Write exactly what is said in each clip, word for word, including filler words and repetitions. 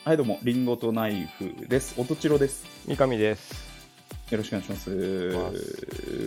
はいどうも、リンゴとナイフです。おとちろです。 三上です。 よろしくお願いします。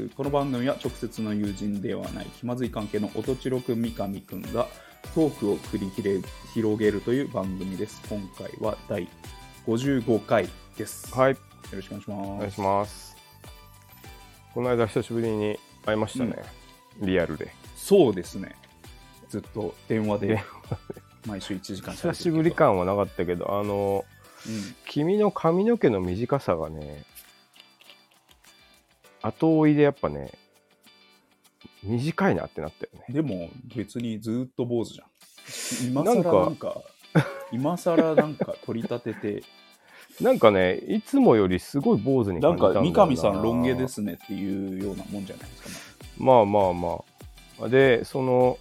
この番組は直接の友人ではない気まずい関係のおとちろくん、三上くんがトークを繰り広げるという番組です。今回はだいごじゅうごかいです。 はい。よろしくお願いします。 お願いします。この間久しぶりに会いましたね。うん、リアルで。 そうですね。ずっと電話で毎週いちじかん久しぶり感はなかったけど、あの、うん、君の髪の毛の短さがね、後追いでやっぱね、短いなってなったよね。 でも別にずっと坊主じゃん。今更なんか、今更なんか取り立てて。 なんかね、いつもよりすごい坊主に感じたんだよな。 なんか三上さんロン毛ですねっていうようなもんじゃないですかね。 まあまあまあ。で、その、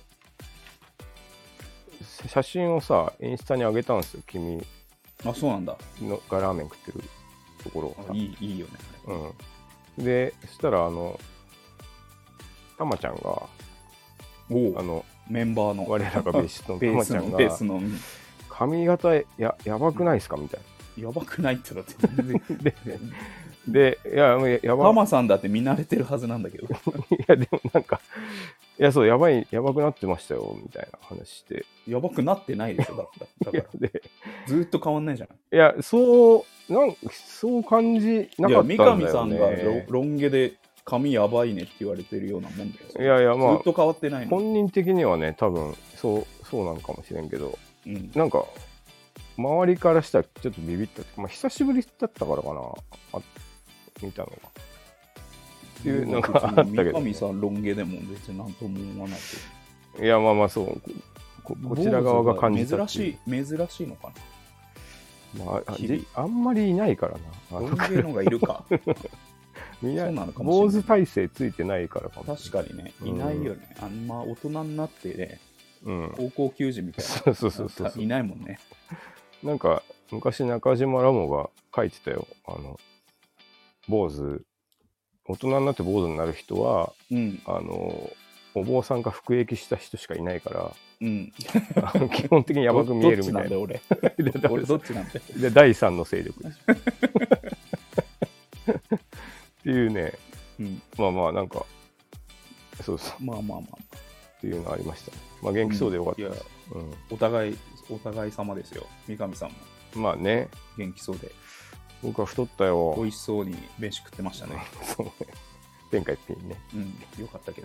写真をさ、インスタに上げたんですよ、君。 あ、そうなんだ。 のがラーメン食ってるところをさ。 いい、いいよね。 うん。で、そしたら、あの、たまちゃんが、 おあの、 メンバーの、 我らがベーシストのたまちゃんが、 ベースの髪型や、やばくないですかみたいな。やばくないってだって全然で、で、いや、やば。 タマさんだって見慣れてるはずなんだけど。いや、でもなんか、いや、そう、やばい、やばくなってましたよ、みたいな話して。 やばくなってないでしょ、だった。だからでずっと変わんないじゃん。 いや、そう、なんそう感じなかったんだよね。いや、 三上さんがロ、ロン毛で髪やばいねって言われてるようなもんだよ。 いやいや、まあ、 ずっと変わってないの。 本人的にはね、多分、そう、そうなのかもしれんけど、うん、なんか、周りからしたらちょっとビビった。まあ、久しぶりだったからかな、あ見たのが。っていうのがあったけど、ね、 三上さんロン毛でも別になんとも思わないけど。いや、まあまあそう、こ, こちら側が感じた珍しい、珍しいのかな。まあ、あ, あんまりいないからな。 ロン毛のがいるか。 みんな坊主体制ついてないからかも。 確かにね、いないよね。うん、あんま大人になってね、うん、高校球児みたいな。 そうそうそうそういないもんね。 なんか昔中島ラモが書いてたよ。あの坊主大人になって坊主になる人は、うん、あのお坊さんか服役した人しかいないから、うん、基本的にやばく見えるみたいな。 どっちなんだよ俺。俺どっちなんだよ。 でだいさんの勢力です。っていうね、うん、まあまあなんかそうそうまあまあまあっていうのありましたね。まあ元気そうでよかったです。 うん、お互いお互い様ですよ。三上さんも。 まあね。 元気そうで。 僕は太ったよ。 美味しそうに飯食ってましたね。 そうね。天下一品ね。 うん、よかったけど。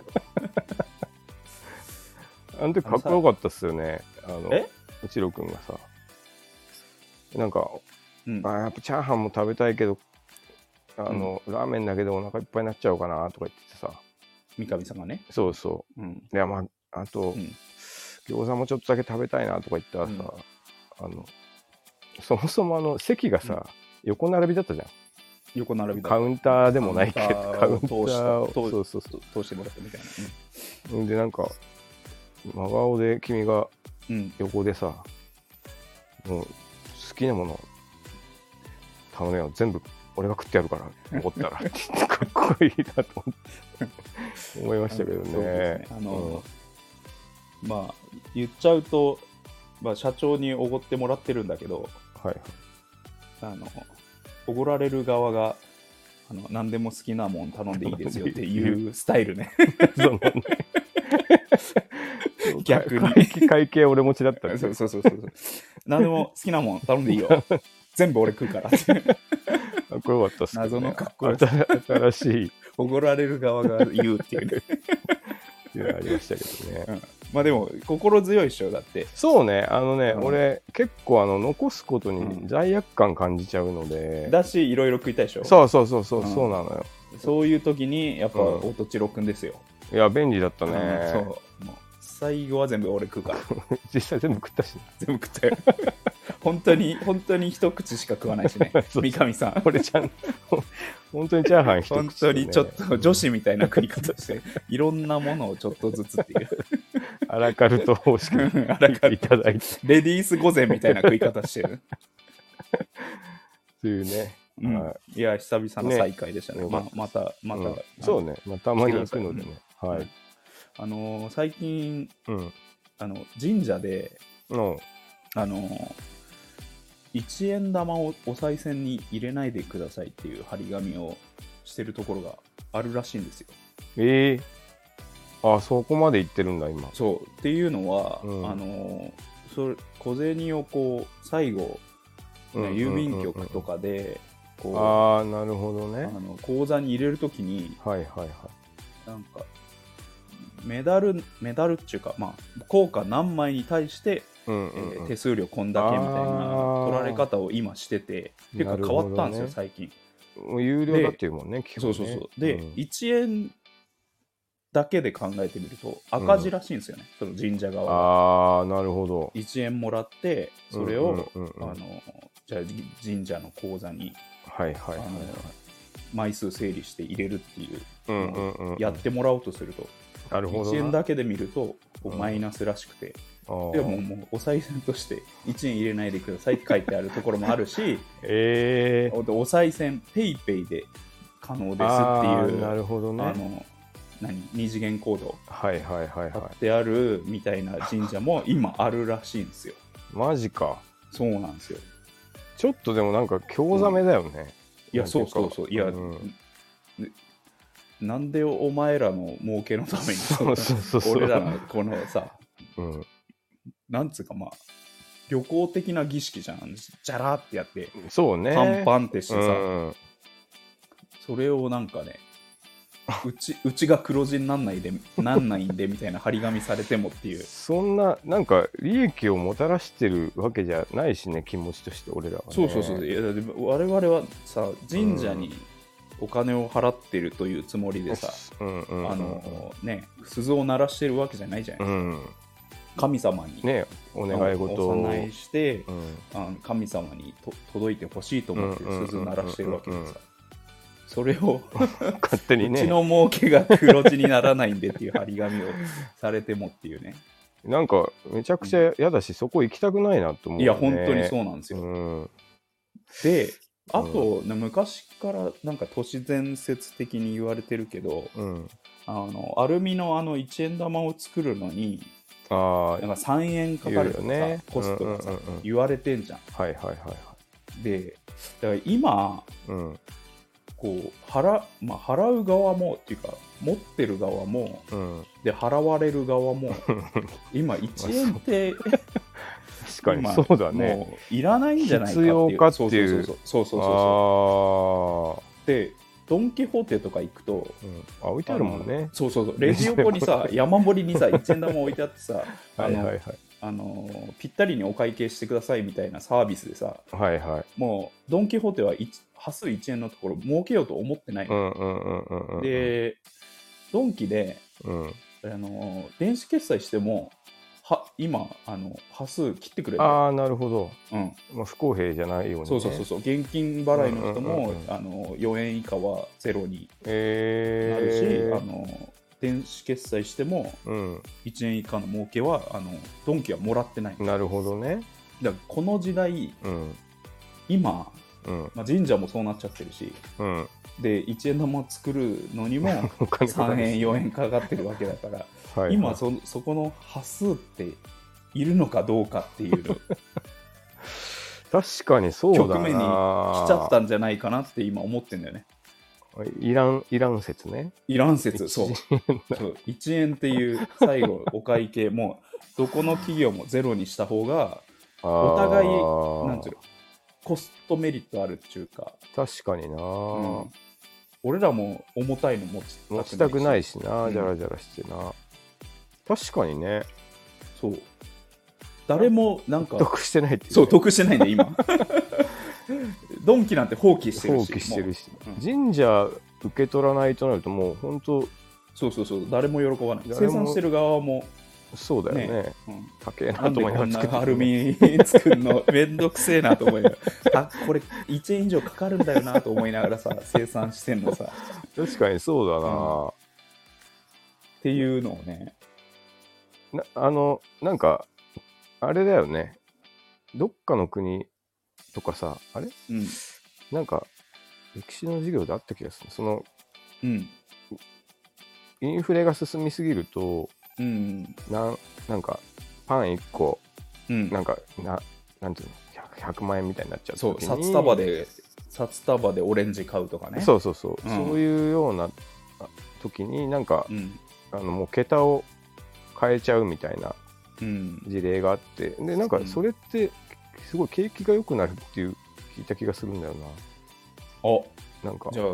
あの時かっこよかったっすよね。あのえうちろくんがさ、なんか、うん、あやっぱチャーハンも食べたいけど、あの、うん、ラーメンだけでお腹いっぱいになっちゃうかなとか言っててさ。 三上さんがね。 そうそう。うん、いやまああと、うん、餃子もちょっとだけ食べたいなとか言ったらさ、うん、あのそもそもあの席がさ、うん、横並びだったじゃん。 横並びだカウンターでもないけど、カウンターを通そうそうそう通してもらったみたいな。 うん、でなんか真顔で君が横でさ、うん、もう好きなもの頼めよ全部俺が食ってやるから怒ったらって言ってかっこいいなと思いましたけどね。 ねあの、うん、まあ言っちゃうと、まあ、社長におごってもらってるんだけど、 はい、 あのおごられる側があの何でも好きなもん頼んでいいですよっていうスタイルね。 そうね逆に会計俺持ちだったんそうそうそうそう何でも好きなもん頼んでいいよ全部俺食うからってかっこよかったっすね。 謎のかっこよさ新しいおごられる側が言うっていうねっていうのありましたけどね、 うん、まあでも心強いっしょだって。 そうねあのね、うん、俺結構あの残すことに罪悪感感じちゃうので、 うん、だしいろいろ食いたいでしょ。 そうそうそうそう、うん、そうなのよ。 そういう時にやっぱおとちろくんですよ。 いや便利だったね、 うん、そうもう最後は全部俺食うから実際全部食ったし、ね、 全部食ったよ本当に本当に一口しか食わないしね三上さん俺ちゃん本当にチャーハン一口、ね、 本当にちょっと女子みたいな食い方していろんなものをちょっとずつっていうアラカルト方式いただいてレディース御膳みたいな食い方してるっていうね、 うん、いや久々の再会でしたね。ねま, またまた、うん、 そうね、まあ、たまに行くのでね、うん、はい、 あのー、最近、うん、あの神社で、うん、あのー、 いちえん玉をお賽銭に入れないでくださいっていう張り紙をしてるところがあるらしいんですよ。 ええー、あ、そこまで行ってるんだ今。 そうっていうのは、 うん、 あのそれ小銭をこう最後、ね、郵便局とかでこう、 ああなるほどね。 あの口座に入れるときに、 はいはいはい。 なんかメダルメダルっていうか、まあ硬貨何枚に対して、うんうんうんえー、手数料こんだけみたいな取られ方を今してて、結構変わったんですよ、ね、最近。 もう有料だっていうもんね、基本ね。 そうそうそう。で、うん、いちえんだけで考えてみると赤字らしいんですよね、うん、その神社側は。ああなるほど。 いちえんもらってそれを、うんうんうんうん、あのじゃあ神社の口座に、 はいはいはいはい、 枚数整理して入れるっていうのをやってもらおうとすると、 なるほどな。 いちえんだけで見るとマイナスらしくて、うん、でももうお賽銭としていちえん入れないでくださいって書いてあるところもあるし、えー、お賽銭ペイペイで可能ですっていう、 なるほどね、 あの何二次元コードはいはいはいはい貼ってあるみたいな神社も今あるらしいんですよ。 マジか。 そうなんですよ。 ちょっとでもなんか興ざめだよね、うん、 いやそうそうそう、いや、うん、なんでお前らの儲けのためにそうそうそうそう俺らのこのさ、うん、なんつうかまあ旅行的な儀式じゃん、じゃらってやってそうねパンパンってしてさ、うん、それをなんかねうち, うちが黒字になんないでなんないんでみたいな張り紙されてもっていうそんななんか利益をもたらしてるわけじゃないしね、気持ちとして俺らは、ね、 そうそうそう、いや我々はさ神社にお金を払ってるというつもりでさ、うんうんうん、あのね鈴を鳴らしてるわけじゃないじゃないですか、うん、神様に、 ね、お願い事をお供えして、うん、あの神様にと届いてほしいと思って鈴鳴らしてるわけでさ、それを勝手にね、 うちの儲けが黒字にならないんでっていう張り紙をされてもっていうね、 なんかめちゃくちゃ嫌だし、うん、そこ行きたくないなと思う、ね、 いや本当にそうなんですよ、うん、であと、うん、昔からなんか都市伝説的に言われてるけど、うん、あのアルミのあのいちえん玉を作るのにあなんかさんえんかかるとかさ、ね、コストがさ、うんうんうんうん、言われてんじゃん。 はいはいはいはい。 でだから今、うん、こう 払, まあ、払う側もっていうか持ってる側も、うん、で払われる側も今いちえんって確かにそうだね、 もういらないんじゃないかっていう、 必要かっていう、 そうそうそうそうそうそうでドン・キホーテとか行くと、 うん、あ置いてあるもんね。 そうそうそうレジ横にさ山盛りにさいちえん玉置いてあってさあの、はいはいはい、あのぴったりにお会計してくださいみたいなサービスでさ、はいはい、もうドン・キホーテは端数いちえんのところ儲けようと思ってないので、ドンキで、うん、あの電子決済してもは今あの端数切ってくれる。 ああなるほど、うんまあ、不公平じゃないように、ね、 そうそうそうそう現金払いの人も、うんうんうんうん、あのよえん以下はゼロになるし、えー、あの電子決済しても、うん、いちえん以下の儲けはあのドンキはもらってない。 なるほどね。 だからこの時代、うん、今、うんまあ、神社もそうなっちゃってるし、うん、でいちえん玉作るのにもさんえんよえんかかってるわけだからはい、はい、今 そ, そこの端数っているのかどうかっていうの確かにそうだな、 局面に来ちゃったんじゃないかなって今思ってんだよね。 いらんいらん説ね。 いらん説、そうそういちえんっていう最後お会計もどこの企業もゼロにした方がお互いなんていうのコストメリットあるっていうか。 確かにな、うん、 俺らも重たいの持ち持ちたくないしな、じゃらじゃらしてな、うん、確かにね。 そう誰もなんか得してないっていう、ね、 そう得してないんだ今ドンキなんて放棄してるし放棄してるし、うん、神社受け取らないとなるともう本当そうそうそう誰も喜ばない。生産してる側もそうだよね、ねうん、高えなと思いながら作って、ね、アルミ作るのめんどくせえなと思いながらあこれいちえん以上かかるんだよなと思いながらさ生産してんのさ確かにそうだな、うん、 っていうのをねなあのなんかあれだよねどっかの国とかさあれ、うん、なんか歴史の授業であった気がするその、うん、インフレが進みすぎるとうん、な, なんかパンいっこ、うん、なんかななんていうのひゃくまんえんみたいになっちゃうそう、 時に、 札束で札束でオレンジ買うとかね。 そうそうそう、 うん、 そういうような時になんか、 うん、 あのもう桁を変えちゃうみたいなうん、 事例があって、でなんかそれってすごい景気が良くなるっていう聞いた気がするんだよな。 あ、 なんかじゃあ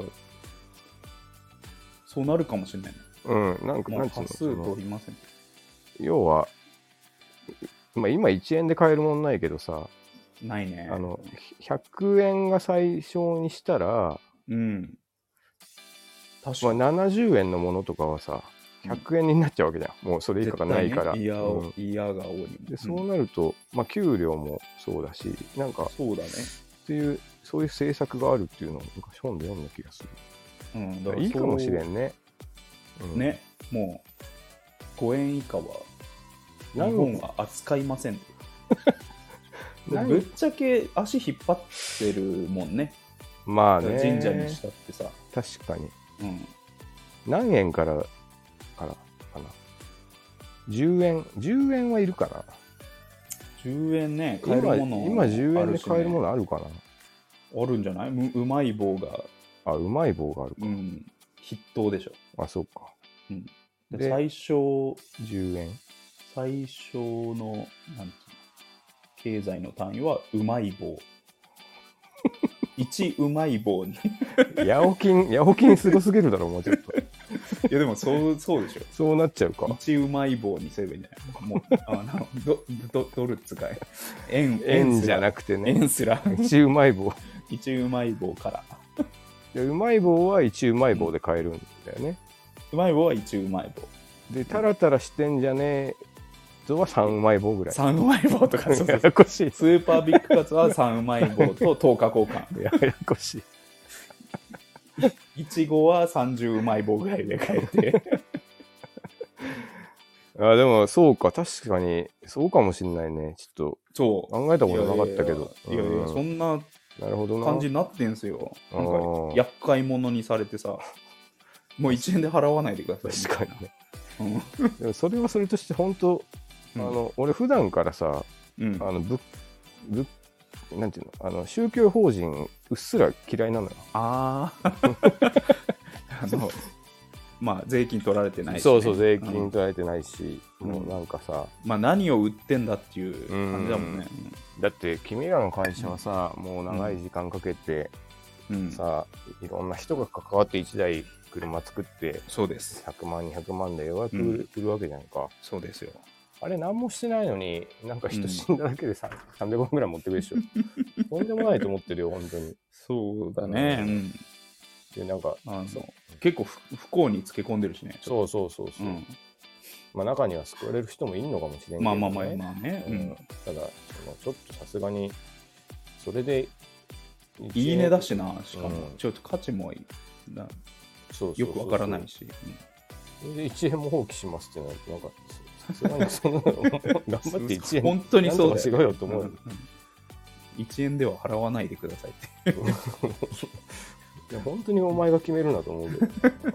そうなるかもしれないね。 うん、なんかもう端数取りません。 要は、まあ、今いちえんで買えるもんないけどさ、 ないね。 あのひゃくえんが最小にしたら、 うん、 確かに、まあ、ななじゅうえんのものとかはさひゃくえんになっちゃうわけじゃん、うん、もうそれ以下がないから、 ね、いや、 うん、 いやがおりでそうなると、まあ、給料もそうだし、なんかそうだねっていうそういう政策があるっていうのを昔本で読んだ気がする。うん、だからいいかもしれんね。 うん、ね、もうごえん以下は日本は扱いませんぶっちゃけ足引っ張ってるもんね。 まあね、 神社にしたってさ。 確かに、 うん、 何円からからかな。じゅうえんじゅうえんはいるかな。 じゅうえんね、買えるもの、 今、今じゅうえんで買えるものあるかな。 あるんじゃない？ う, うまい棒が、 あ、うまい棒があるか、 うん、筆頭でしょ。 あ、そうか、 うん、で最初じゅうえん、 最初のなんていうの経済の単位はうまい棒いちうまい棒にヤオキンヤオキンすごすぎるだろもうちょっといやでもそうそうでしょ。 そうなっちゃうか。 いちうまい棒にすればいいんじゃない？もうあの ど, どドル使い円円じゃなくてね、 円すらいちうまい棒いちうまい棒からでうまい棒はいちうまい棒で買えるんだよね。 うまい棒はいちうまい棒でタラタラしてんじゃねえとはさんうまい棒ぐらい。 さんうまい棒とかそうややこしい。 スーパービッグカツはさんうまい棒ととおか交換ややこしい。いちごはさんじゅううまい棒ぐらいで買えてあでもそうか、確かにそうかもしんないね。ちょっと考えたことなかったけど、 いやいやいや、うん、そんな感じになってんすよ。なんか厄介者にされてさ、もういちえんで払わないでください。 確かにね、うん、でもそれはそれとして本当、うん、あの俺普段からさ、うん、あのぶぶなんていうの、あの宗教法人うっすら嫌いなのよ。 あああのまあ税金取られてないし、ね、 そうそう、税金取られてないし、うん、もうなんかさ、 まあ何を売ってんだっていう感じだもんね。 うん、だって君らの会社はさ、うん、もう長い時間かけて、うん、さいろんな人が関わっていちだい車作って、 そうです、 ひゃくまんにひゃくまんでようやく売るわけじゃんか、うん、 そうですよ。 あれ何もしてないのになんか人死んだだけでさ、うん、さんびゃくまんぐらい持ってくるでしょとんでもないと思ってるよ本当に。 そうだね、うん、 でなんかあの結構不幸につけ込んでるしね。 そうそうそうそう、うん、まあ中には救われる人もいるのかもしれないけどね。 まあまあまあまあね、うん、 ただそのちょっとさすがにそれでいいねだしな、しかも、うん、ちょっと価値もいいな、そうそうそうそうよくわからないし、 うん、でいちえんも放棄しますってなんかさすがにそんな頑張っていちえん本当にそうだよ、 しろよと思う、うんうん、 いちえんでは払わないでくださいっていや本当にお前が決めるなと思うけど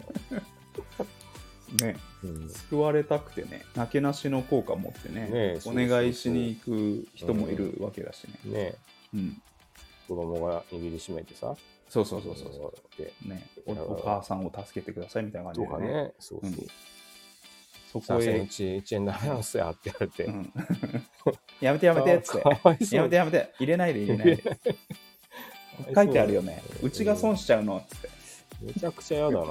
ね、うん、救われたくてね、なけなしの効果を持ってね、ねお願いしに行く人もいるわけだしね。 うん、ね、うん、子供が握りしめてさ、 そうそうそうそうで、ね、お, お母さんを助けてくださいみたいな感じで、ね、 とかね、そうそう、うん、 そこへいちえんダメなんすやって言われて、うん、 やめてやめてっつってやめてやめて入れないで入れないで書いてあるよね、うちが損しちゃうのっつって、 めちゃくちゃやだな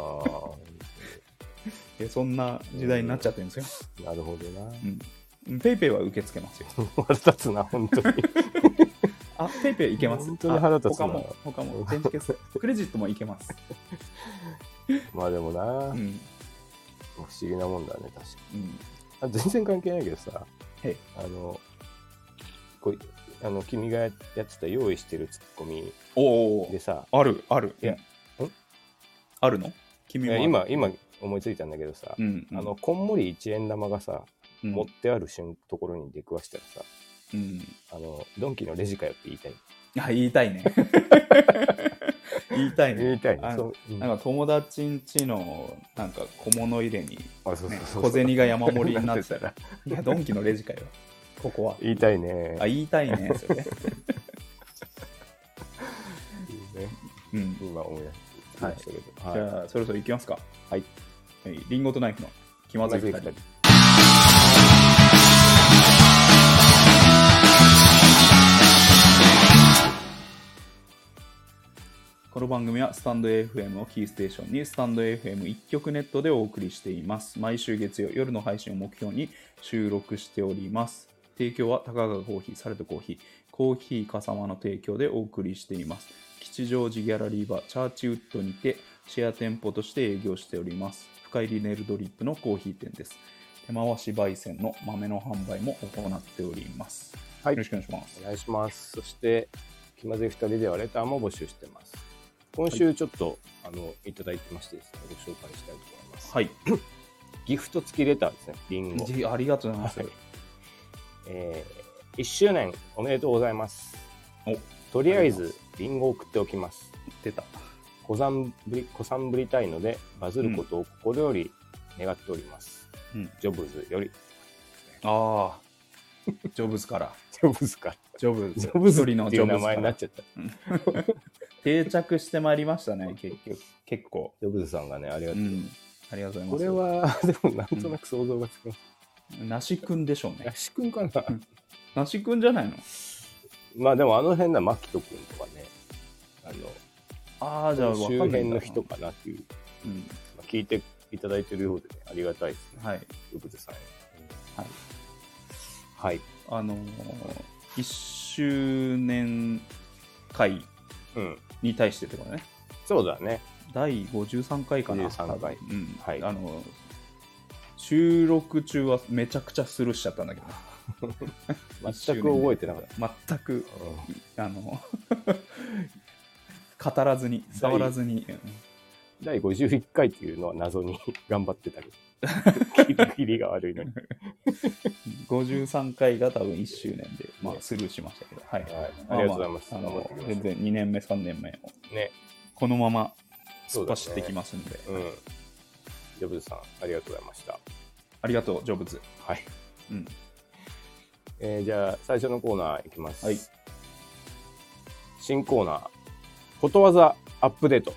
そんな時代になっちゃってるんですよ。なるほどな。 うん。ペイペイは受け付けますよ。 腹立つな本当に。 あ、ペイペイいけます。 本当に腹立つな。 他も他も電子決済、クレジットもいけます。 まあでもな、うん、不思議なもんだね確かに。うん、あ全然関係ないけどさ、あのこうあの君がやってた用意してるツッコミでさ、 あるある。 いや、 んあるの？君は今今思いついたんだけどさ、うんうん、あのこんもりいちえん玉がさ、うん、持ってある瞬ところに出くわしたらさ、うん、あのドンキのレジかよって言いたい。 あ、言いたいね。言いたいね。 言いたいね。 あの、うん、なんか友達ん家のなんか小物入れに、ね、小銭が山盛りになってたら、いやドンキのレジかよ。ここは。 言いたいね。 あ、言いたいね。それうん、 今思い出してましたけど、 はいはい、じゃあそろそろいきますか。 はい、 はい、リンゴとナイフの気まずいふたり。この番組はスタンド エフエム をキーステーションにスタンド エフエム 一曲ネットでお送りしています。毎週月曜夜の配信を目標に収録しております。提供は高川コーヒー、サルトコーヒー、コーヒーかさまの提供でお送りしています。吉祥寺ギャラリーバーチャーチウッドにてシェア店舗として営業しております。深入りネルドリップのコーヒー店です。手回し焙煎の豆の販売も行っております。はい、よろしくお願いします。 お願いします。そして気まずいふたりではレターも募集してます。今週ちょっと、はい、あのいただいてましてですね、ご紹介したいと思います。 はい。 ギフト付きレターですね、リンゴ。 ありがとうございます。はい、 えー、いっしゅうねんおめでとうございます。おとりあえずリンゴを送っておきます。 出た。 小さんぶり、小さんぶりたいのでバズることを心より願っております。うん、ジョブズより。 ああ、ジョブズから。 ジョブズから。 ジョブズ。 ジョブズっていう名前になっちゃった。 定着してまいりましたね、結局。結構。 ジョブズさんがね、ありがとう、うん。 ありがとうございます。 これは、でもなんとなく想像がつきます。 うん、なしくんでしょうね。 なしくんかな。 なしくんじゃないの？ まあでもあの辺な、マキトくんとかね。あの、 ああ、じゃあ周辺の人かなっていう。うん、まあ、聞いていただいてるようでね、ありがたいですね。 はい。 ジョブズさんへ。 はい。 はい。 あのー、いっしゅうねん会に対してってことね、 うん。そうだね。 だいごじゅうさんかいかな。 ごじゅうさんかい。 うん。 はい。 あのー、収録中はめちゃくちゃスルーしちゃったんだけど。 全く覚えてなかった。 全く、うん、あの語らずに、触らずに。 だいごじゅういっかいっていうのは謎に頑張ってたけど。切りが悪いのに。 ごじゅうさんかいが多分いっしゅうねんで、まあ、スルーしましたけど。はい。はい、 ありがとうございます。 まあまあ、あの全然にねんめ、さんねんめを、 ね、 このまま突っ走ってきますんで。 ね、うん。ジョブズさん、ありがとうございました。 ありがとう、ジョブズ。 はい。 うん。 えー、じゃあ、最初のコーナーいきます。 はい。 新コーナー、ことわざアップデート。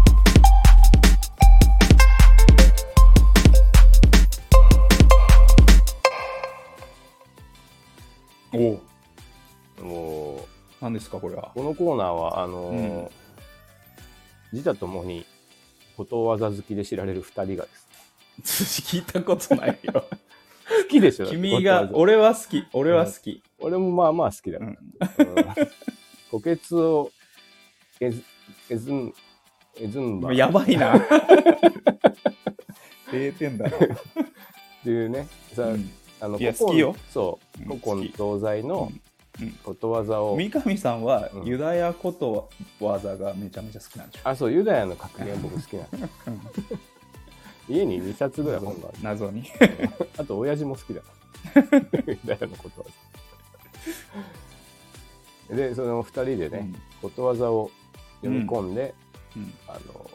おお。 何ですかこれは。 このコーナーはあのーうん、自他ともにことわざ好きで知られるふたりがですね聞いたことないよ好きでしょ君が。俺は好き俺は好き、 うん、俺もまあまあ好きだから、うん、虎穴をえずえずんえずんばやばいなれいてんだろっていうねさ、うんあのいや好きよ。 そう古今東西のことわざを、 うんうん、三上さんはユダヤことわざがめちゃめちゃ好きなんでしょ、 うん、あそうユダヤの格言僕好きなんです家ににさつぐらい本がある謎にあと親父も好きだユダヤのことわざでそのふたりでね、うん、ことわざを読み込んで、うんうん、あの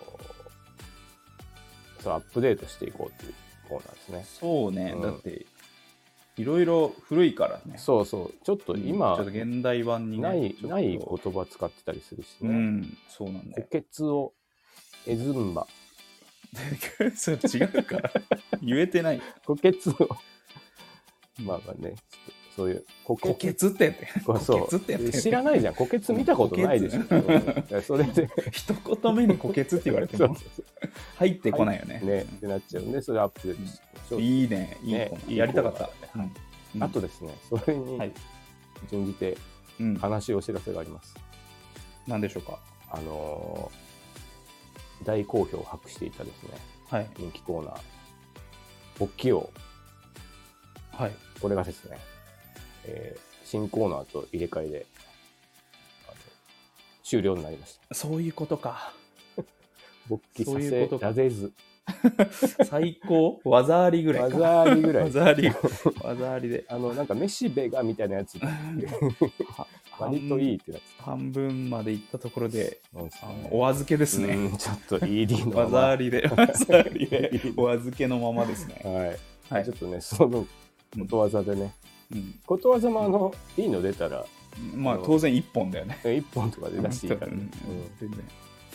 そうアップデートしていこうっていうコーナーですね。 そうね、うん、だっていろいろ古いからね。 そうそうちょっと今、 うん、ちょっと現代版に、ね、 ないない言葉使ってたりするしね。 うん、そうなんだよ。 虎穴をえずんばそれ違うから言えてない。 虎穴をまあまあねそういう虎穴ってってそう知らないじゃん虎穴見たことないでしょそれで一言目に虎穴って言われても入ってこないよね、 はい、ねってなっちゃうんでそれアップデートして、 うん、いいねいいねやりたかった、 はいうん、あとですねそれに準じて悲しいお知らせがあります、 うん、何でしょうか。 あのー、大好評を博していたですね、はい、人気コーナー勃起王、 はい、 これがですねえー、新コーナーと入れ替えであの終了になりました。 そういうことか。 勃起させられず最高技ありぐらいか。 技ありぐらい。 技あり技ありであのなんかめしべがみたいなやつ割といいってやつ。 半分までいったところで、ね、お預けですね。 ちょっと イーディー のまま技ありで技ありでお預けのままですね。 はい。はい、ちょっとねそのことわざでね。うん、ことわざもあの、うん、いいの出たらまあ当然いっぽんだよね。 いっぽんとかで出していいからね、うん、 全然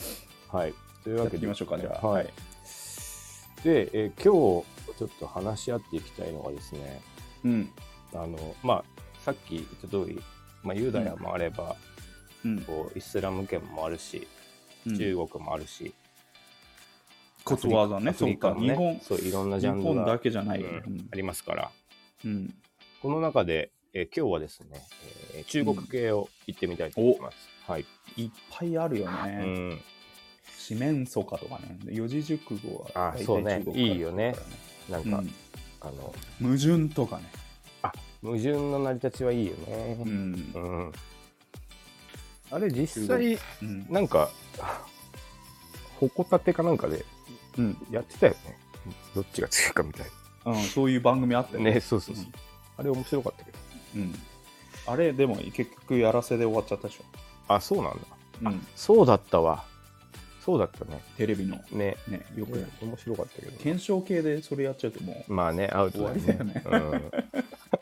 はい。というわけでやっていきましょうか、じゃあ。 はい。で、えー、今日ちょっと話し合っていきたいのがですね、 うん。 あの、まあ、さっき言った通り、まあ、ユダヤもあれば、うん、こうイスラム圏もあるし、うん、中国もあるし、 ことわざね、そうか、日本、 そういろんなジャンルが日本だけじゃないよね、 うん、ありますから、 うん、 この中で、えー、今日はですね、えー、中国系を言ってみたいと思います。 うん、はい。いっぱいあるよね。うん。四面楚歌とかね、四字熟語は大体中国から、ね、あ、そうね、いいよね。なんか、うん、あの矛盾とかね。 あ、矛盾の成り立ちはいいよね。うん。うん、あれ実際、うん、なんかほこたてかなんかで、うん、やってたよね。どっちが強いかみたいな。うん、そういう番組あったよね。 ね、そうそうそう。うん、あれ面白かったけど。 うん。あれでも結局やらせで終わっちゃったでしょ。 あ、そうなんだ。うん、そうだったわ。そうだったね。 テレビの。 ね。 ね、よく、ね、 面白かったけど。 検証系でそれやっちゃうともう。 まあね、アウトだよね。終わりだよね。うん、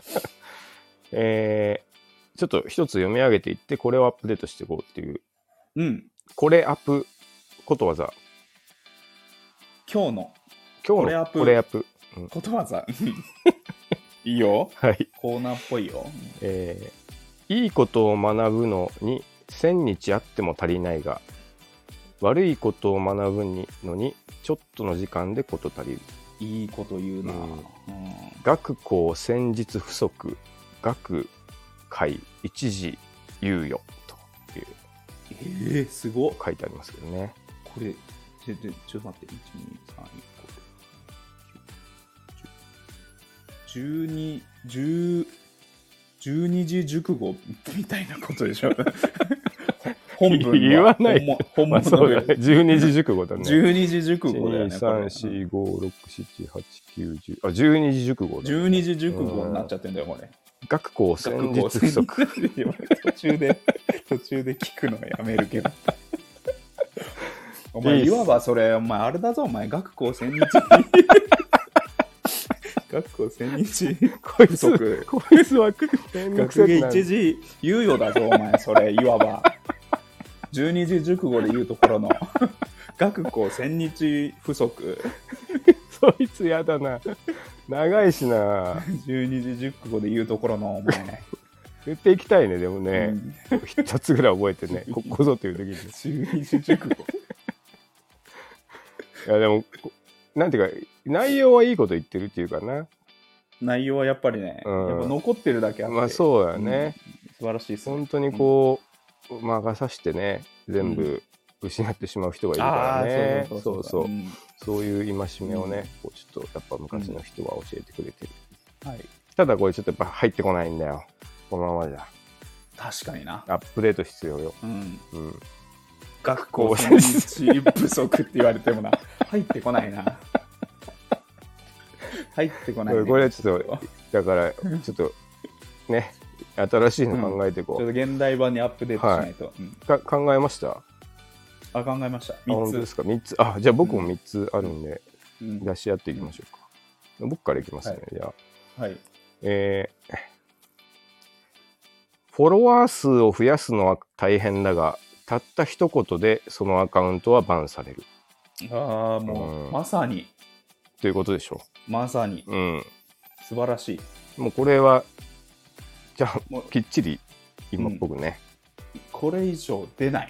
えー、ちょっと一つ読み上げていって、これをアップデートしていこうっていう。 うん。 これアップことわざ。 今日の。 今日のこれアップ。 うん、ことわざ。いいよ。 はい。 コーナーっぽいよ。 えー、いいことを学ぶのに千日あっても足りないが、悪いことを学ぶのにちょっとの時間でこと足りる。 いいこと言うな。うんうん、学校先日不足、学会一時猶予という。 えー、すごっ。 書いてありますけどね。 これ、ちょっと待って、いち、に、さん、よん、じゅうに、じゅう、じゅうにじ熟語みたいなことでしょ。本文は言わない。 本物で、 まあ、じゅうにじ熟語だね。 じゅうにじ熟語だよね。 いち、に、さん、し、ご、ろく、しち、はち、きゅう、じゅう。あ、じゅうにじ熟語だ、ね。 じゅうにじ熟語になっちゃってんだよ、これ。 学校先日不足。 途中で、途中で聞くのはやめるけど。お前、いわばそれ、お前、あれだぞ、お前、学校千日。学校千日こいつ、こいつは学芸一時猶予だぞ、お前、それ、いわば。じゅうにじ熟語で言うところの学校千日不足。 そいつやだな。長いしな。 じゅうにじ熟語で言うところのお前。 言っていきたいね、でもね。一、うん、つぐらい覚えてね。ここぞという時に。 じゅうにじ熟語。 いや、でも、なんていうか、内容はいいこと言ってるっていうかな。 内容はやっぱりね、うん、やっぱ残ってるだけあって。 まあそうだね。 うん、素晴らしいです、 ね。本当にこう、うん、魔が差してね、全部失ってしまう人がいるからね。そうそうそう。そういう戒めをね、こうちょっとやっぱ昔の人は教えてくれてる。 うん、はい。 ただこれちょっとやっぱ入ってこないんだよ。このままじゃ。 確かにな。 アップデート必要よ。 うん。 うん。 学校先日不足って言われてもな、入ってこないな。入ってこない、ね。 これはちょっと、だからちょっとね、新しいの考えていこう、 うん。ちょっと現代版にアップデートしないと。はいうん、か考えました？ あ、考えました。 みっつ。あ、本当ですか。みっつ。あ、じゃあ僕もみっつあるんで、うん、出し合っていきましょうか。うん、僕からいきますね。はい、じゃあ。はい。 えー、フォロワー数を増やすのは大変だが、たった一言でそのアカウントはバンされる。 ああ、もう、うん、まさに。 ということでしょう。まさに。 うん。 素晴らしい。 もうこれは、じゃあ、きっちり今っぽくね。 うん、これ以上出ない。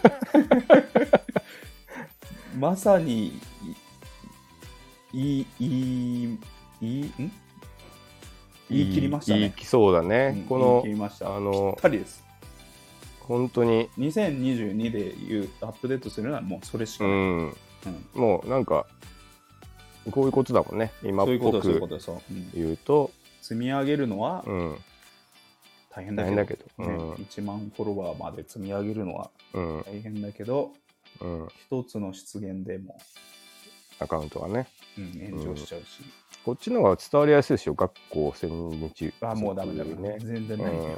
まさに、いい、いい、いい、ん言い切りましたね。 言いそうだね。うん、この、 言い切りました。 あの、 ぴったりです。 本当ににせんにじゅうにで言うアップデートするのはもうそれしかない、 うんうん、もうなんかこういうことだもんね。今っぽく言うと積み上げるのは大変だけど、 大変だけど、うんね、いちまんフォロワーまで積み上げるのは大変だけど、うん、一つの出現でもアカウントはね、 うん、炎上しちゃうし、うん、 こっちの方が伝わりやすいでしょ。学校千日。 あ、もうダメだね。全然ない、うん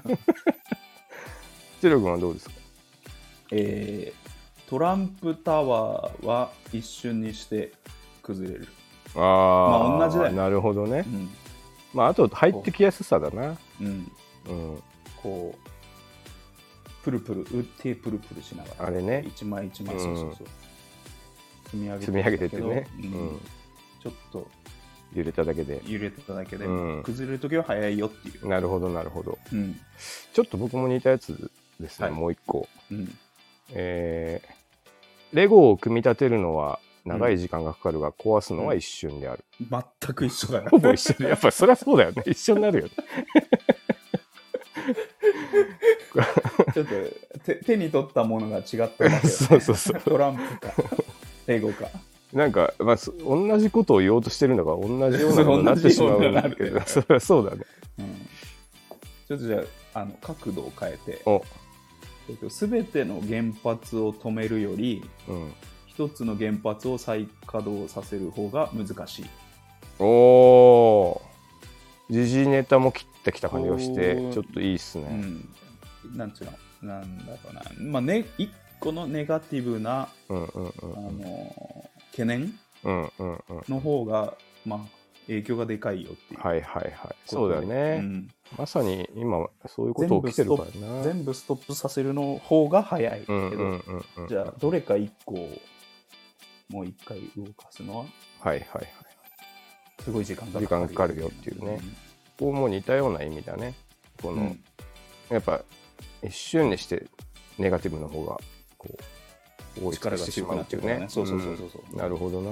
チロ君はどうですか？ えー、トランプタワーは一瞬にして崩れる。 ああ、 まあ同じだよね。 なるほどね。うん、まああと入ってきやすさだな。 うん。うん。こうプルプル打ってプルプルしながらあれね一枚一枚、うん、そうそうそう積み上げて積み上げててね、 うんうん、ちょっと揺れただけで揺れてただけで、うん、崩れるときは早いよっていう。 なるほどなるほど、 うん、 ちょっと僕も似たやつですね、はい、もう一個、うんえー、レゴを組み立てるのは長い時間がかかるが、うん、壊すのは一瞬である、 うん、全く一緒だよほぼ一緒でやっぱそりゃそうだよね一緒になるよねちょっと 手, 手に取ったものが違っただけだ、ね、 そうそうそうトランプかレゴかなんか、まあ、同じことを言おうとしてるんだから同じようなことになってしまうんだけどそれはそうだね、うん、 ちょっとじゃあ、あの角度を変えてお、えっと、全ての原発を止めるより、うん、一つの原発を再稼働させる方が難しい。 おー、時事ネタも切ってきた感じがしてちょっといいっすね、 うん、なんちゅうのなんだろうな、まあね、一個のネガティブな、うんうんうん、あの懸念、うんうんうん、の方が、まあ、影響がでかいよっていう。 はいはいはい。そうだよね、うん。まさに今そういうこと起きてるからな。 全部ストップさせるの方が早いけど、うんうんうんうん、じゃあどれか一個をもう一回動かすのは、 はいはいはい。 すごい時間がかかるよ。 時間かかるよっていうね。うん、ここも似たような意味だね。この、うん、やっぱ一瞬にしてネガティブの方がこう。 力が強くなってるね。そうそうそうそうそう、 うん。なるほどな。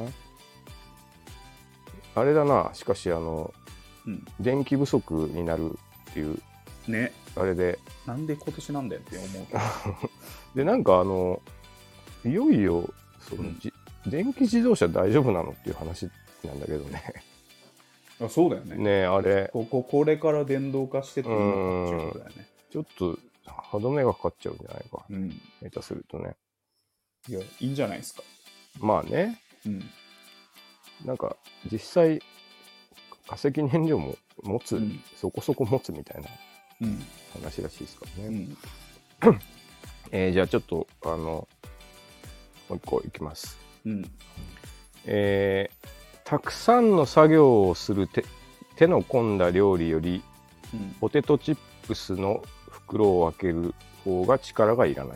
あれだな。しかしあの、うん、電気不足になるっていうね。 あれで。 なんで今年なんだよって思う。 でなんかあのいよいよその、うん、電気自動車大丈夫なのっていう話なんだけどね。 あ、そうだよね。 ねあれ。 こここれから電動化してっていうのがっていうことだよね。 ちょっと歯止めがかかっちゃうんじゃないか。うん、下手するとね。 いや、いいんじゃないですか。 まあね。うん。なんか、実際、化石燃料も持つ、うん、そこそこ持つみたいな話らしいですからね。うん、えー、じゃあちょっと、あの、もう一個いきます。うん。えー、たくさんの作業をする手、手の込んだ料理より、うん、ポテトチップスの袋を開ける方が力がいらない。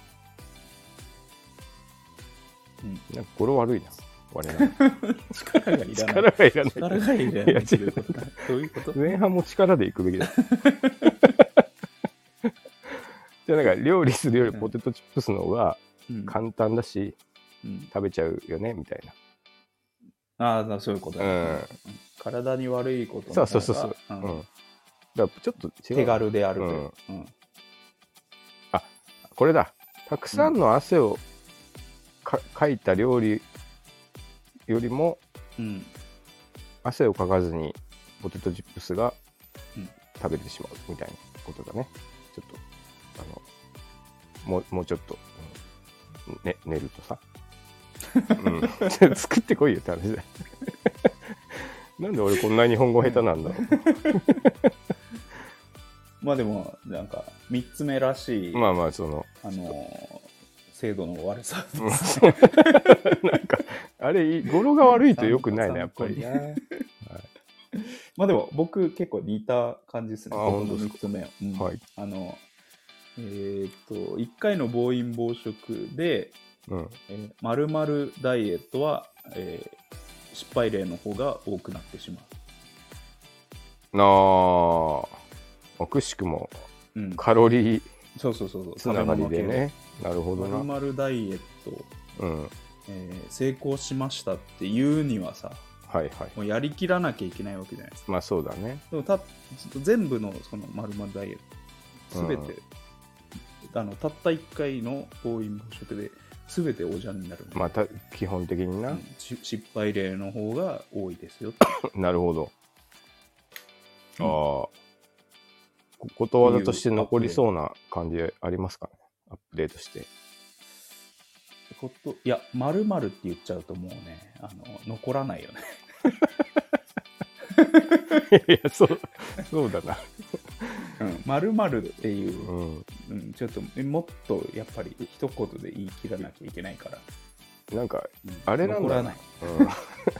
うん、なんかこれ悪いな。我な力がいらない。 力がいらない。 力がいらない。いや違う。どういうこと？ 前半も力でいくべきだ。じゃあなんか料理するよりポテトチップスの方が簡単だし、うん、食べちゃうよねみたいな。ああ、そういうことだ、ね。うん。体に悪いことの方が。そうそうそうそう。うん。うん、だからちょっと違う。 手軽であるという。うんうん、あ、これだ。たくさんの汗を、うんかかいた料理よりも、うん、汗をかかずにポテトチップスが食べてしまうみたいなことだね。ちょっとあのもうもうちょっと、ね、寝るとさ、うん、作ってこいよって話だよ。なんで俺こんな日本語下手なんだろう。 まあでもなんかみっつめらしい。 まあまあそのあのー精度の悪さなんかあれ語呂が悪いとよくないねやっぱり、はい、 まあでも僕結構似た感じですね。 あ本当ですか。 みっつめ、うん、はい、あのえー、っといっかいの暴飲暴食で、うんえー、丸々ダイエットは、えー、失敗例の方が多くなってしまう。なあくしくも、うん、カロリーそうそうそうそうつながりでね。なるほどな。 丸々ダイエット、うんえー、成功しましたっていうにはさ、はいはい、もうやりきらなきゃいけないわけじゃないですか。 まあそうだね。 でもた全部のその丸々ダイエットすべて、うん、あのたったいっかいの暴飲暴食で全ておじゃんになる。 また基本的にな、うん、 失敗例の方が多いですよ。 なるほど。うん、ああ。ことわざとして残りそうな感じありますかね。アップデートして。 こといや、〇〇って言っちゃうともうね、あの残らないよね。 いや、そう、そうだな。 うん、〇〇っていう、うんうん、ちょっともっとやっぱり一言で言い切らなきゃいけないから。 なんか、あれなんだ。残らない。うん、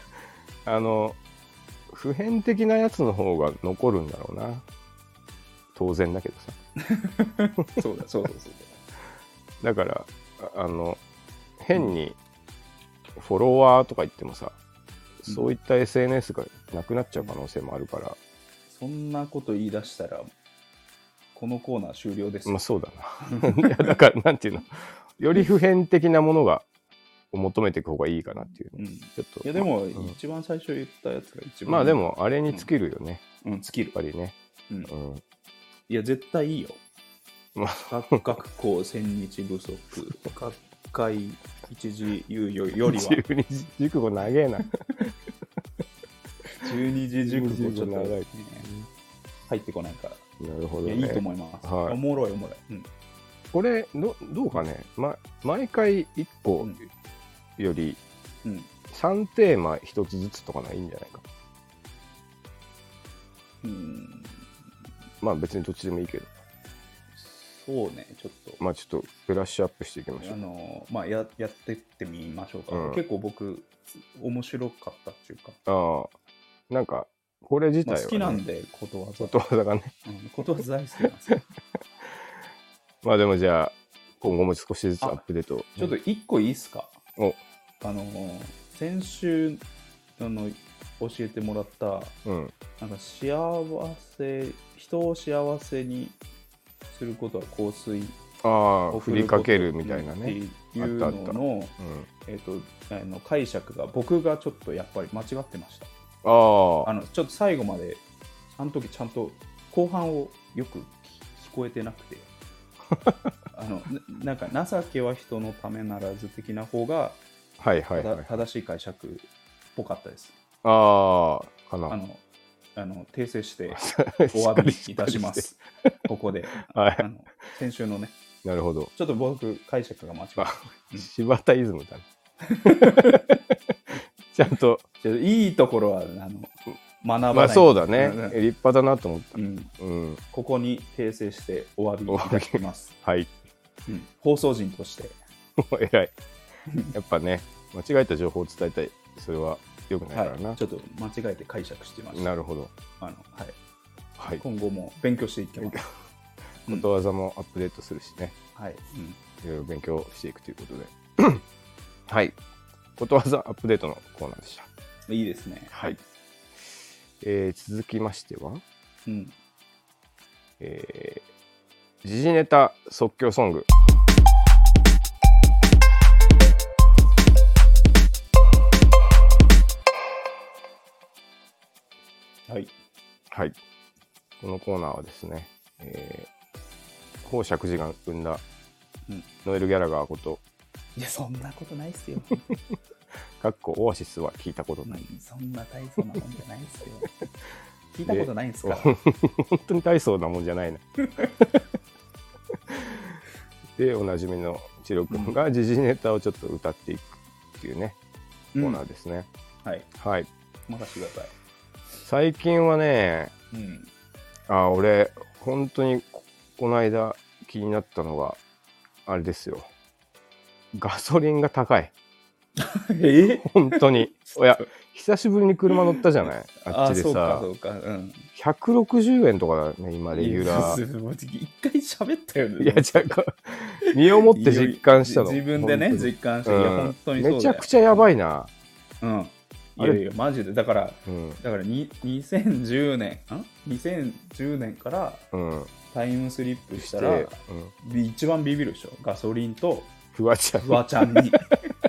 あの、普遍的なやつの方が残るんだろうな。 当然だけどさそうだそうだそうだだからあの変にフォロワーとか言ってもさ、うん、そういった エスエヌエス がなくなっちゃう可能性もあるから、 そんなこと言い出したらこのコーナー終了です。 まあそうだないやだからなんていうのより普遍的なものがを求めていく方がいいかなっていう、うん、ちょっといやでも、まあ、一番最初言ったやつが一番まあでもあれに尽きるよね、 うん、うん、尽きるやっぱりね、 うんうん、いや絶対いいよ、まあ、学校千日不足学会一時猶予よりはじゅうにじ熟語長えなじゅうにじ熟語ちょっと長い、ね、入ってこないから。なるほどね。いやいいと思います。はい、おもろいおもろい。うん、 これどどうかね、ま、毎回いっこよりさんテーマひとつずつとかのがいいんじゃないか。うん。まあ別にどっちでもいいけど。 そうね、ちょっと。 まあちょっとブラッシュアップしていきましょう。 あのまあ や, やってってみましょうか。うん、結構僕面白かったっていうか。 ああ。なんかこれ自体は、ね、 好きなんでことわざ。 ことわざがね。 うん、ことわざ大好きなんですよ。 まあでもじゃあ今後も少しずつアップデート。 ちょっと一個いいっすか。 お。 あの先週あの教えてもらった、うん、なんか幸せ人を幸せにすることは香水を振りかけるみたいなねっていうのの、えっとあの解釈が僕がちょっとやっぱり間違ってました。ああのちょっと最後まであの時ちゃんと後半をよく聞こえてなくてあの な, なんか情けは人のためならず的な方がはいはいはい、 正しい解釈っぽかったです。 ああかなあのあの訂正してお詫びいたしますここで、はい、あの先週のね。 なるほど。 ちょっと僕解釈が間違った、 うん、柴田イズムだねちゃんといいところはあの学ばない。 まあそうだね、うん、立派だなと思った、うんうん、ここに訂正してお詫びいたしますはい、 うん、放送人として偉いやっぱね間違えた情報を伝えたい、それは良くないからな、 はい、ちょっと間違えて解釈してました。 なるほど。 あの、はいはい、 今後も勉強していきます。 ことわざもアップデートするしね、 はい、 うん、いろいろ勉強していくということではいことわざアップデートのコーナーでした。 いいですね。 はい、えー、続きましては、 うんえー、時事ネタ即興ソング。 はい、 はい、このコーナーはですね、えー、宝石寺が生んだノエル・ギャラガーこと、 うん、いやそんなことないっすよかっこオアシスは聞いたことない、 うん、そんな大層なもんじゃないっすよ聞いたことないんすか本当に大層なもんじゃないなでおなじみのチロ君が時事ネタをちょっと歌っていくっていうね、うん、コーナーですね。 はいはい、 任せてください。 最近はね、うん、あ俺本当に こ, この間気になったのがあれですよ、ガソリンが高いえ本当にいや久しぶりに車乗ったじゃないあっちでさ、 あそうかそうか、うん、 ひゃくろくじゅうえんとかだね今レギュラー。一回喋ったよね。 いやじゃあ身をもって実感したの。 自分でね実感して、うん、いや本当にそうだよ。 めちゃくちゃやばいな。 うんいやいやマジでだから、うん、だからににせんじゅうねんんにせんじゅうねんからタイムスリップしたら、うん、一番ビビるでしょ、ガソリンとフワちゃんフワちゃんに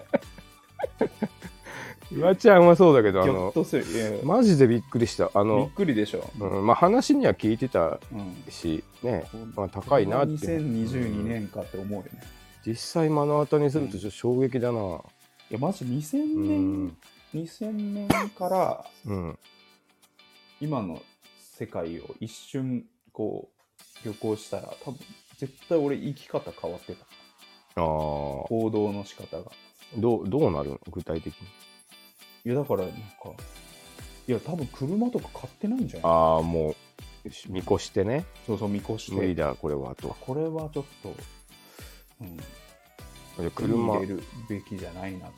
フワちゃんはそうだけどあのするマジでびっくりした。あのびっくりでしょ、 うんまあ、話には聞いてたし、うんねまあ、高いなってにせんにじゅうにねんかって思うよね、 うん、実際目の当たりにするとちょっと衝撃だな、うん、いやマジにせんねん、うんにせんねんから、うん、今の世界を一瞬こう旅行したら多分絶対俺生き方変わってた。あ行動の仕方がどう、どうなるの具体的に。 いやだからなんかいや多分車とか買ってないんじゃない。 ああもう見越してね。 そうそう見越して無理だこれはと。 これはちょっと、うん、 車入れるべきじゃないなっていう。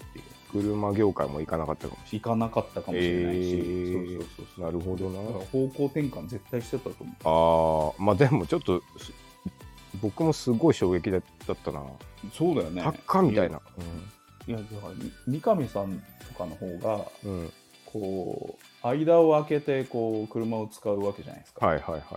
車業界も行かなかったかもしれ行かなかったかもしれないし、 えーそうそうそうそう、 なるほどな。 方向転換絶対してたと思う。ああ、まあでもちょっと僕もすごい衝撃だったな。 う。そうだよね。 高みたいな。 いや、だから三上さんとかの方が、 うん、 こう間を空けてこう車を使うわけじゃないですか。 はいはいはいはい。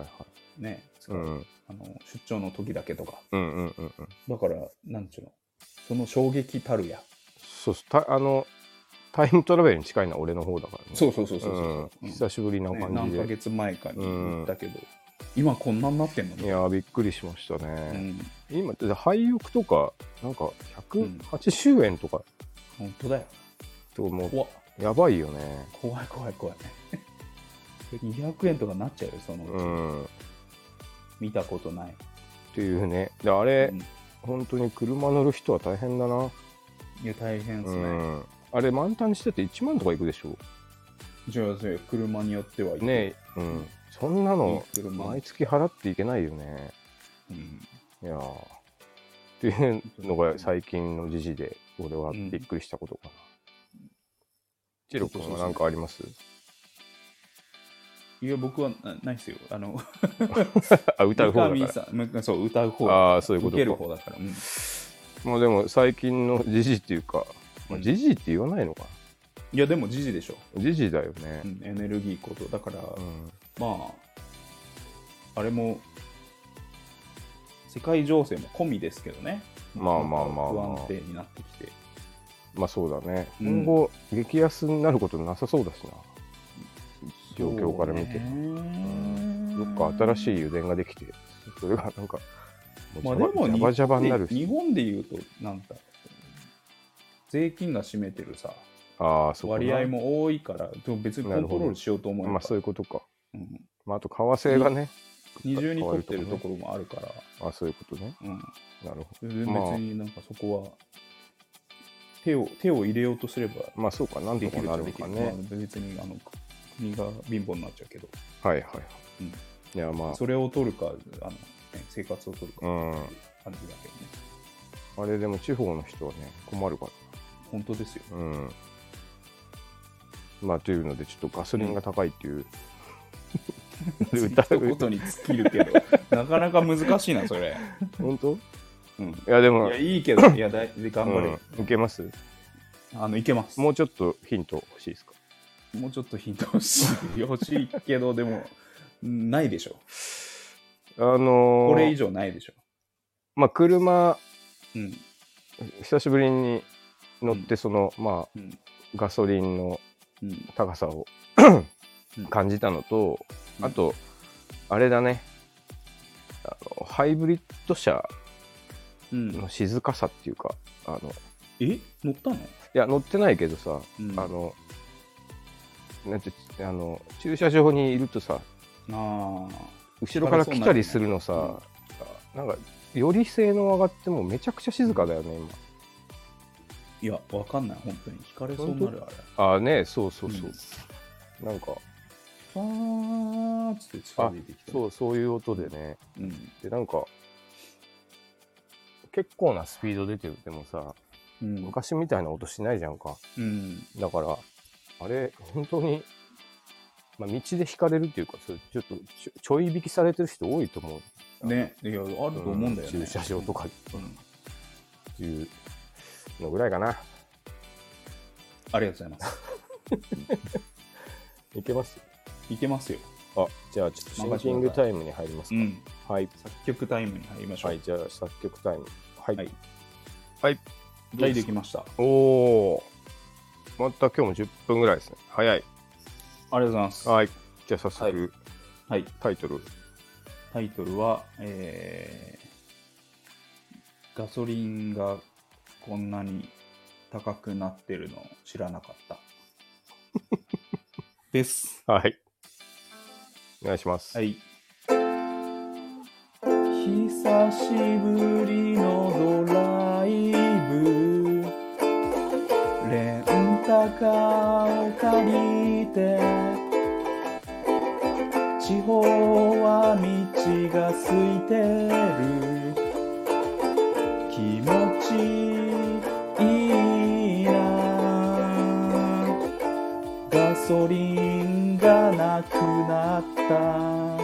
ね、使う、 うん、 あの出張の時だけとか。 うんうんうんうん。 だからなんちゅうの、その衝撃たるや。 そうたあのタイムトラベルに近いのは俺の方だからね。 そうそうそうそうそう、 うん、久しぶりな感じで、ね、 何ヶ月前かに言ったけど、うん、今こんなになってんのね。 いやびっくりしましたね。うん、今って廃屋とかなんかひゃくはちじゅうえんとか、 うん、本当だよ。 ともうやばいよね。 怖い怖い怖い。にひゃくえんとかなっちゃうよそのうち、うん、見たことないっていうね。であれ、うん、本当に車乗る人は大変だな。 いや大変ですね、うん、 あれ満タンにしてていちまんとかいくでしょ。 じゃあ車によってはいくね、うん、そんなの毎月払っていけないよね、うん、いやっていうのが最近の時事で俺はびっくりしたことかな。チロ君は何かあります？ いや僕はないですよ。あのあ歌う方だから。 そう歌う方。 ああそういうことか。 受ける方だから。うん、 もうでも最近の時事っていうか、まあ、時事って言わないのかな。 いやでも時事でしょ。 時事だよね、 うん、エネルギーことだから、うん、まああれも世界情勢も込みですけどね。 まあまあまあ、まあ、 不安定になってきて。 まあそうだね。うん、今後激安になることなさそうだしな。状況から見て、うん、どっか新しい油田ができて、それがなんかまあでもジャバジャバになるし、 日本でいうとなんか税金が占めてるさ、 ああそう割合も多いから、でも別にコントロールしようと思えば、 まあそういうことか。うん、まああと為替がね、 二重に取ってるところもあるから、 あそういうことね。うん、なるほど。 別になんかそこは手を手を入れようとすれば、 まあそうかなんとかなるのかね。 まあ、別にあの国が貧乏になっちゃうけど、 はいはいはい、うん、いやまあそれを取るかあの、ね、生活を取るかっていう感じだけどね、 うん、あれでも地方の人はね困るから。 本当ですよ、うん、 まあというのでちょっとガソリンが高いっていう、 うん、歌うことに尽きるけどなかなか難しいなそれ。 本当？ うん、いやでもいやいいけどいやだい頑張れ、 うん、いけます？ あのいけます。 もうちょっとヒント欲しいですか？ もうちょっとヒント欲しい欲しいけどでもないでしょ。 あのー、 これ以上ないでしょ。 まあ車、 うん、 久しぶりに乗ってその、うん、まあ、うん、ガソリンの高さを、うん、感じたのと、うん、あとあれだね、あのハイブリッド車の静かさっていうか、あのえ乗ったの？いや乗ってないけどさ、うん、あのなんてあの駐車場にいるとさ、あ後ろから来たりするのさ、うん、なんかより性能上がってもめちゃくちゃ静かだよね、うん、今。 いやわかんない本当に引かれそうになるあれ。 ああねそうそうそう、うん、なんかファーッつって近づいてきて、 そうそういう音でね、うん、でなんか結構なスピード出てるでもさ、うん、昔みたいな音しないじゃんか、うん、だからあれ本当に、まあ、道で引かれるっていうか、それちょっとちょ、ちょい引きされてる人多いと思うね。いやあると思うんだよね、 うん、駐車場とか、うん、っていうのぐらいかな。 ありがとうございますいけますいけますよ。 あじゃあちょっとシンキングタイムに入りますか、うん、 はい。作曲タイムに入りましょう。 はい、じゃあ作曲タイムはいはい、 はいはい、できました。 おおまた今日もじゅっぷんぐらいですね。早い。 ありがとうございます。 はい。じゃあ早速、 はい、 タイトル。 タイトルは、えー、ガソリンがこんなに高くなってるの知らなかったです。 はい。お願いします。 はい。久しぶりのドライブ、レンタカーを借りて、地方は道が空いてる、気持ちいいな。 なった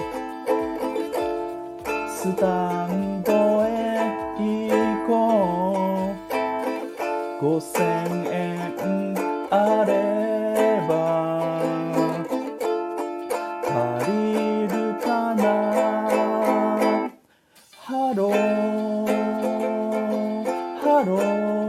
スタンドへ行こうごせんえんあれば足りるかなハローハロ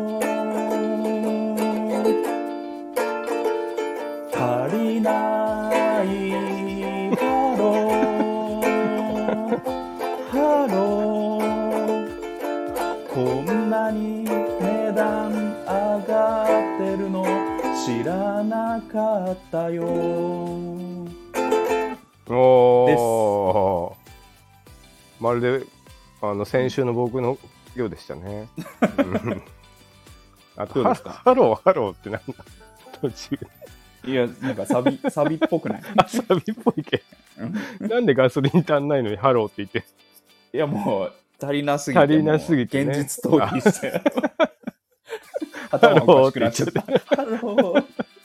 ー足りないハローハローこんなに値段上がってるの知らなかったよおーまるであの先週の僕のようでしたねあとハハローハローってなんだ途中いやなんかサビサビっぽくないあサビっぽいけなんでガソリン足んないのにハローって言っていやもう足りなすぎて足りなすぎて、ね、 現実逃避して頭おかしくなっちゃったハロー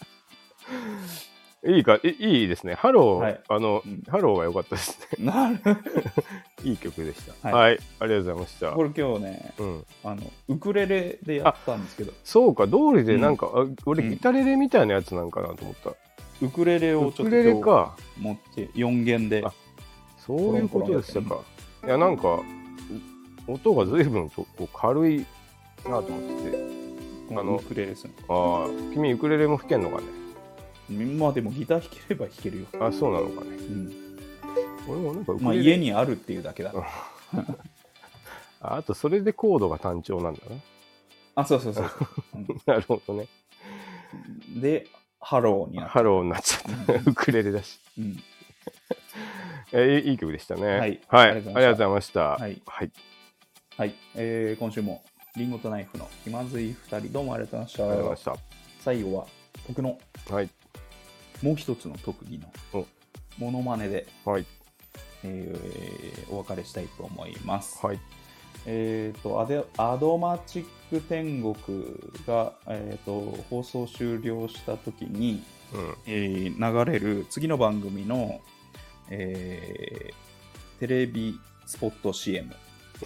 いいかいいいですねハロー、はい、あの、うん、ハローが良かったですねなるいい曲でした、はい、はい、ありがとうございましたこれ今日ね、うん、あのウクレレでやったんですけどそうか通りでなんか、うん、俺ギタレレみたいなやつなんかなと思った、 うん、ウクレレをちょっと今日持ってよん弦であそういうことでしたかいやなんか音が随分とこう軽いなと思っててあのウクレレですねああ君ウクレレも弾けんのかねまあでもギター弾ければ弾けるよあそうなのかね、うん、俺もなんかウクレレまあ家にあるっていうだけだあ, あとそれでコードが単調なんだなあそうそうそう、 うん、なるほどねでハローになっちゃったハローになっちゃったウクレレだし、うんえー、いい曲でしたねはい、はい、ありがとうございましたはいはいはいえー、今週もリンゴとナイフの気まずいふたりどうもありがとうございました。最後は僕のもう一つの特技のモノマネで、はいえー、お別れしたいと思います。はいえー、とアデアドマチック天国が、えー、と放送終了した時に、うんえー、流れる次の番組の、えー、テレビスポット シーエム。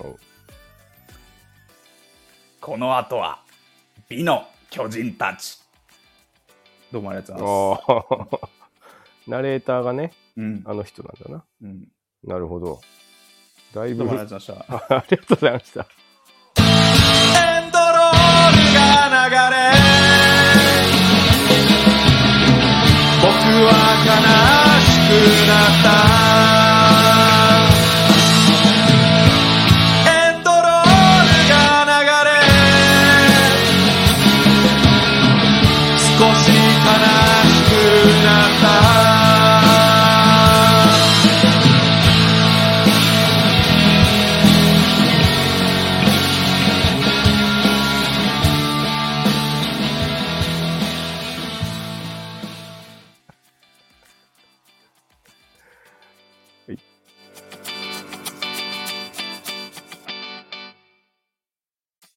この後は美の巨人たち。どうもありがとうございます。 ナレーターがね、うん、あの人なんだな。うん、なるほど。だいぶ。 どうもありがとうございました。 ありがとうございました。 エンドロールが流れ、僕は悲しくなった。少し悲しくなった